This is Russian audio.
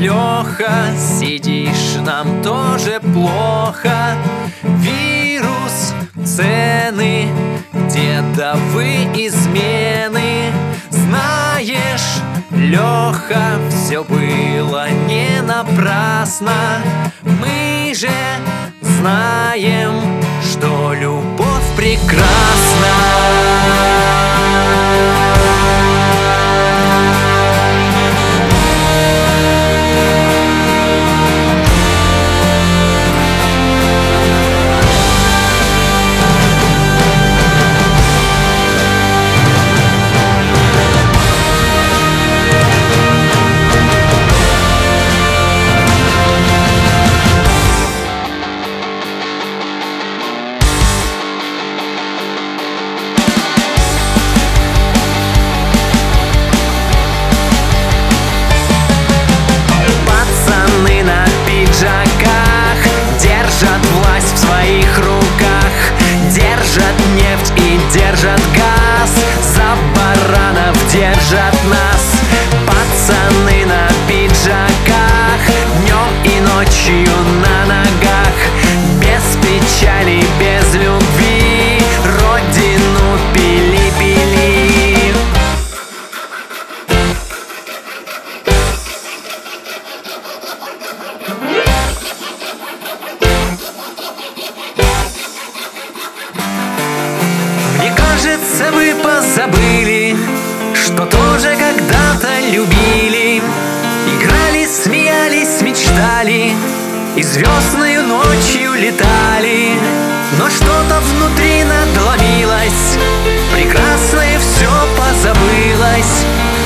Леха, сидишь, нам тоже плохо. Вирус, цены, дедовы измены. Знаешь, Леха, все было не напрасно. Мы же знаем, что любовь прекрасна. Держат власть в своих руках, держат нефть и держат газ, за баранов держат нас. Пацаны на пиджаках, днем и ночью на ногах, без печали, без любви, родину пили-пили. Кажется, вы позабыли, что тоже когда-то любили. Играли, смеялись, мечтали и звездною ночью летали. Но что-то внутри надломилось, прекрасное все позабылось.